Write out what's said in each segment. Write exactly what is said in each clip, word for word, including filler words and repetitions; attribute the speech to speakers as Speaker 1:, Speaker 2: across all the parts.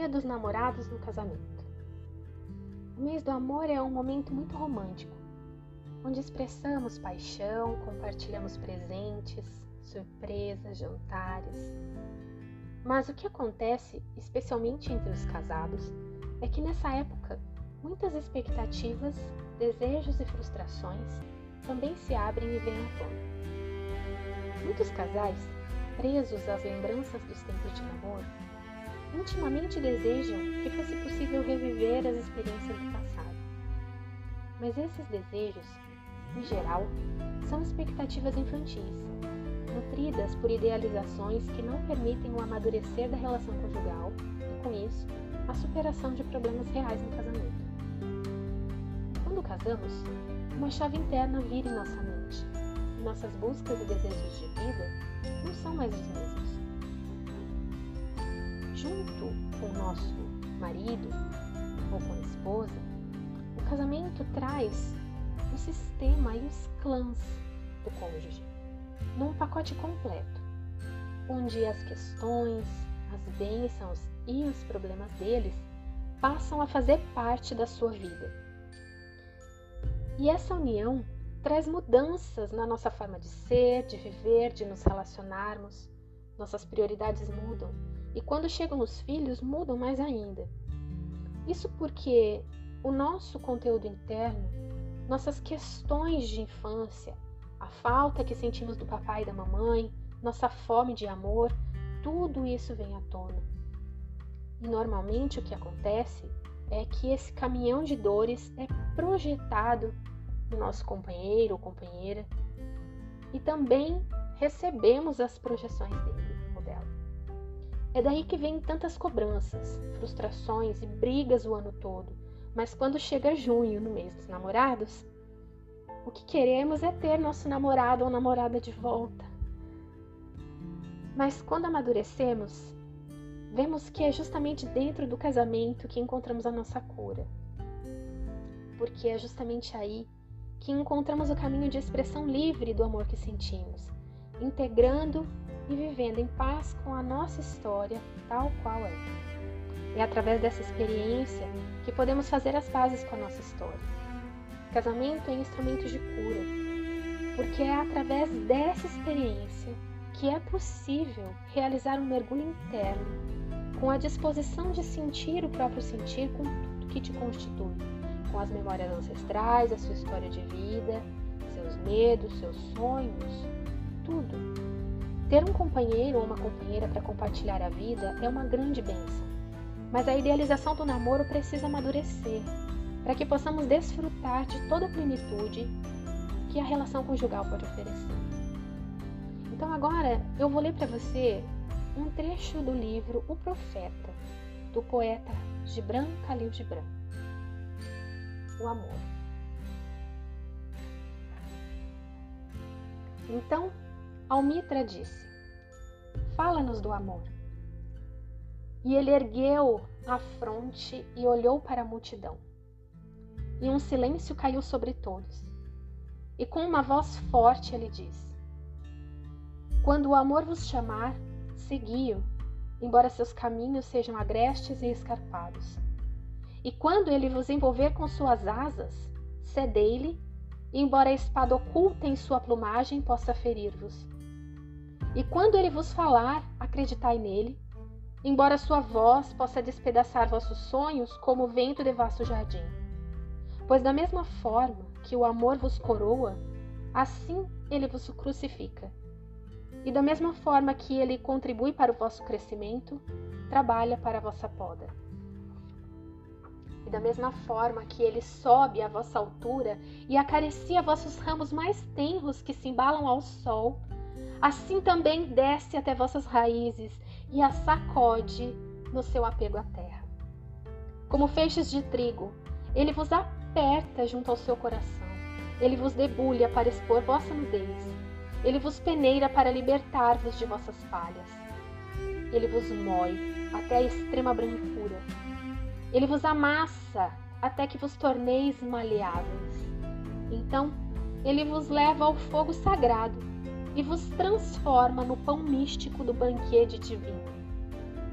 Speaker 1: Dia dos Namorados no casamento. O mês do amor é um momento muito romântico, onde expressamos paixão, compartilhamos presentes, surpresas, jantares. Mas o que acontece, especialmente entre os casados, é que nessa época, muitas expectativas, desejos e frustrações também se abrem e vêm à tona. Muitos casais, presos às lembranças dos tempos de namoro, intimamente desejam que fosse possível reviver as experiências do passado. Mas esses desejos, em geral, são expectativas infantis, nutridas por idealizações que não permitem o amadurecer da relação conjugal e, com isso, a superação de problemas reais no casamento. Quando casamos, uma chave interna vira em nossa mente, e nossas buscas e desejos de vida não são mais os mesmos. Junto com o nosso marido ou com a esposa, o casamento traz o sistema e os clãs do cônjuge, num pacote completo, onde as questões, as bênçãos e os problemas deles passam a fazer parte da sua vida. E essa união traz mudanças na nossa forma de ser, de viver, de nos relacionarmos. Nossas prioridades mudam e quando chegam os filhos mudam mais ainda. Isso porque o nosso conteúdo interno, nossas questões de infância, a falta que sentimos do papai e da mamãe, nossa fome de amor, tudo isso vem à tona. E normalmente o que acontece é que esse caminhão de dores é projetado no nosso companheiro ou companheira e também recebemos as projeções dele ou dela. É daí que vem tantas cobranças, frustrações e brigas o ano todo, mas quando chega junho, no mês dos namorados, o que queremos é ter nosso namorado ou namorada de volta. Mas quando amadurecemos, vemos que é justamente dentro do casamento que encontramos a nossa cura. Porque é justamente aí que encontramos o caminho de expressão livre do amor que sentimos, integrando e vivendo em paz com a nossa história tal qual é. É através dessa experiência que podemos fazer as pazes com a nossa história. Casamento é instrumento de cura, porque é através dessa experiência que é possível realizar um mergulho interno, com a disposição de sentir o próprio sentir com tudo que te constitui, com as memórias ancestrais, a sua história de vida, seus medos, seus sonhos, tudo. Ter um companheiro ou uma companheira para compartilhar a vida é uma grande bênção, mas a idealização do namoro precisa amadurecer, para que possamos desfrutar de toda a plenitude que a relação conjugal pode oferecer. Então agora eu vou ler para você um trecho do livro O Profeta, do poeta Gibran Khalil Gibran. O amor. Então, Almitra disse: fala-nos do amor. E ele ergueu a fronte e olhou para a multidão. E um silêncio caiu sobre todos. E com uma voz forte ele disse: quando o amor vos chamar, segui-o, embora seus caminhos sejam agrestes e escarpados. E quando ele vos envolver com suas asas, cedei-lhe, embora a espada oculta em sua plumagem possa ferir-vos. E quando ele vos falar, acreditai nele, embora sua voz possa despedaçar vossos sonhos como o vento devassa o jardim. Pois da mesma forma que o amor vos coroa, assim ele vos crucifica. E da mesma forma que ele contribui para o vosso crescimento, trabalha para a vossa poda. E da mesma forma que ele sobe à vossa altura e acaricia vossos ramos mais tenros que se embalam ao sol, assim também desce até vossas raízes e as sacode no seu apego à terra. Como feixes de trigo, ele vos aperta junto ao seu coração, ele vos debulha para expor vossa nudez, ele vos peneira para libertar-vos de vossas falhas, ele vos moe até a extrema brancura, ele vos amassa até que vos torneis maleáveis. Então, ele vos leva ao fogo sagrado e vos transforma no pão místico do banquete divino.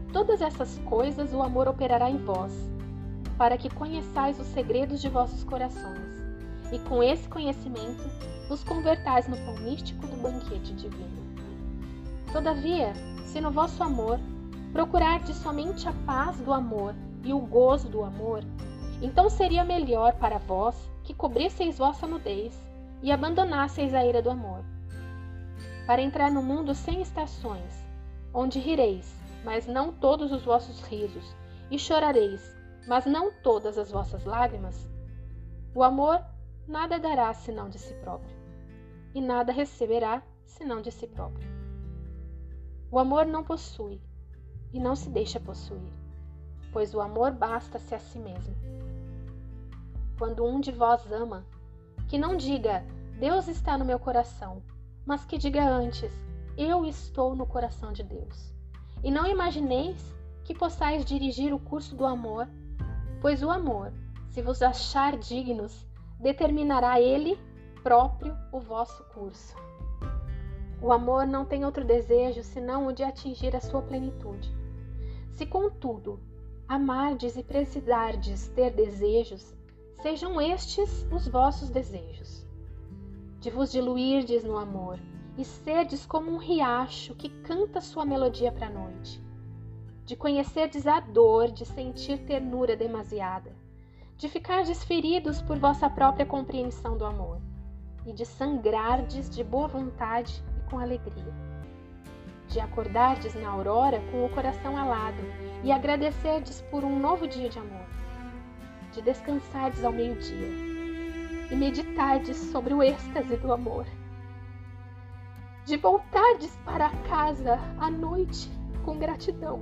Speaker 1: todas essas coisas o amor operará em vós, para que conheçais os segredos de vossos corações, e com esse conhecimento vos convertais no pão místico do banquete divino. Todavia, se no vosso amor procurardes somente a paz do amor e o gozo do amor, então seria melhor para vós que cobrisseis vossa nudez e abandonasseis a ira do amor, para entrar no mundo sem estações, onde rireis, mas não todos os vossos risos, e chorareis, mas não todas as vossas lágrimas. O amor nada dará senão de si próprio, e nada receberá senão de si próprio. O amor não possui, e não se deixa possuir, pois o amor basta-se a si mesmo. Quando um de vós ama, que não diga, Deus está no meu coração, mas que diga antes, eu estou no coração de Deus. E não imagineis que possais dirigir o curso do amor, pois o amor, se vos achar dignos, determinará ele próprio o vosso curso. O amor não tem outro desejo senão o de atingir a sua plenitude. Se, contudo, amardes e precisardes ter desejos, sejam estes os vossos desejos, de vos diluirdes no amor e serdes como um riacho que canta sua melodia para a noite, de conhecerdes a dor de sentir ternura demasiada, de ficardes feridos por vossa própria compreensão do amor e de sangrardes de boa vontade e com alegria, de acordardes na aurora com o coração alado e agradecerdes por um novo dia de amor, de descansardes ao meio-dia e meditardes sobre o êxtase do amor, de voltardes para casa à noite com gratidão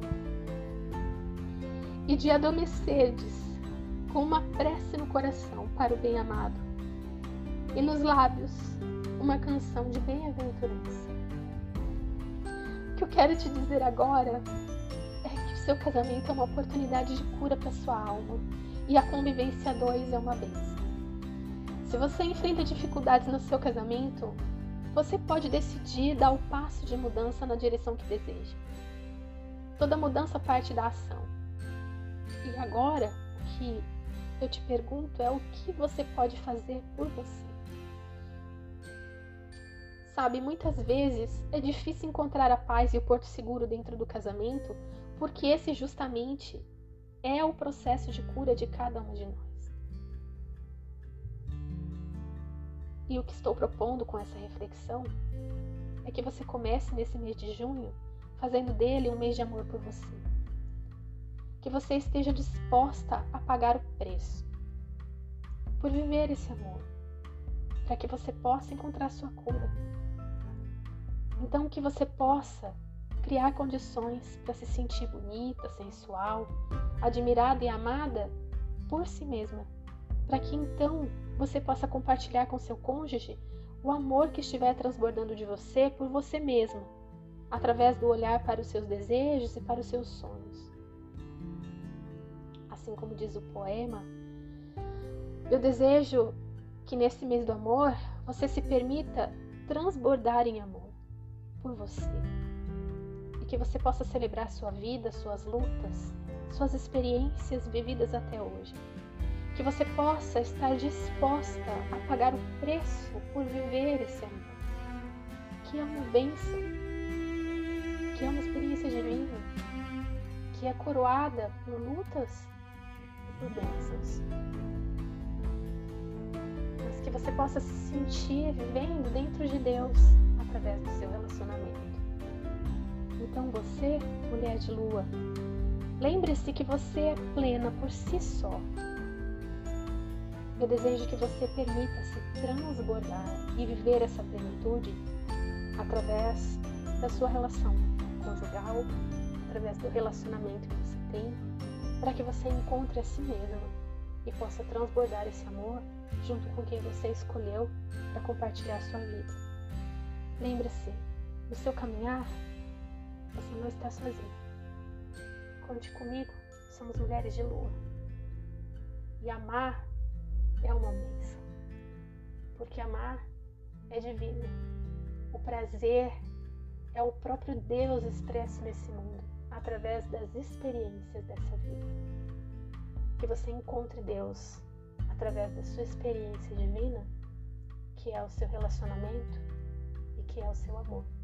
Speaker 1: e de adormecerdes com uma prece no coração para o bem-amado e nos lábios uma canção de bem-aventurança. O que eu quero te dizer agora é que o seu casamento é uma oportunidade de cura para sua alma e a convivência a dois é uma bênção. Se você enfrenta dificuldades no seu casamento, você pode decidir dar o passo de mudança na direção que deseja. Toda mudança parte da ação. E agora, o que eu te pergunto é o que você pode fazer por você. Sabe, muitas vezes é difícil encontrar a paz e o porto seguro dentro do casamento, porque esse justamente é o processo de cura de cada um de nós. E o que estou propondo com essa reflexão é que você comece nesse mês de junho fazendo dele um mês de amor por você. Que você esteja disposta a pagar o preço por viver esse amor, para que você possa encontrar sua cura. Então que você possa criar condições para se sentir bonita, sensual, admirada e amada por si mesma, para que então você possa compartilhar com seu cônjuge o amor que estiver transbordando de você por você mesma, através do olhar para os seus desejos e para os seus sonhos. Assim como diz o poema, eu desejo que nesse mês do amor você se permita transbordar em amor por você. E que você possa celebrar sua vida, suas lutas, suas experiências vividas até hoje. Que você possa estar disposta a pagar o preço por viver esse amor. Que é uma bênção. Que é uma experiência divina. Que é coroada por lutas e por bênçãos. Mas que você possa se sentir vivendo dentro de Deus através do seu relacionamento. Então você, mulher de lua, lembre-se que você é plena por si só. Eu desejo que você permita-se transbordar e viver essa plenitude através da sua relação conjugal, através do relacionamento que você tem, para que você encontre a si mesma e possa transbordar esse amor junto com quem você escolheu para compartilhar sua vida. Lembre-se, no seu caminhar, você não está sozinho. Conte comigo, somos mulheres de lua. E amar é uma bênção, porque amar é divino. O prazer é o próprio Deus expresso nesse mundo. A através das experiências dessa vida. Que você encontre Deus através da sua experiência divina, que é o seu relacionamento e que é o seu amor.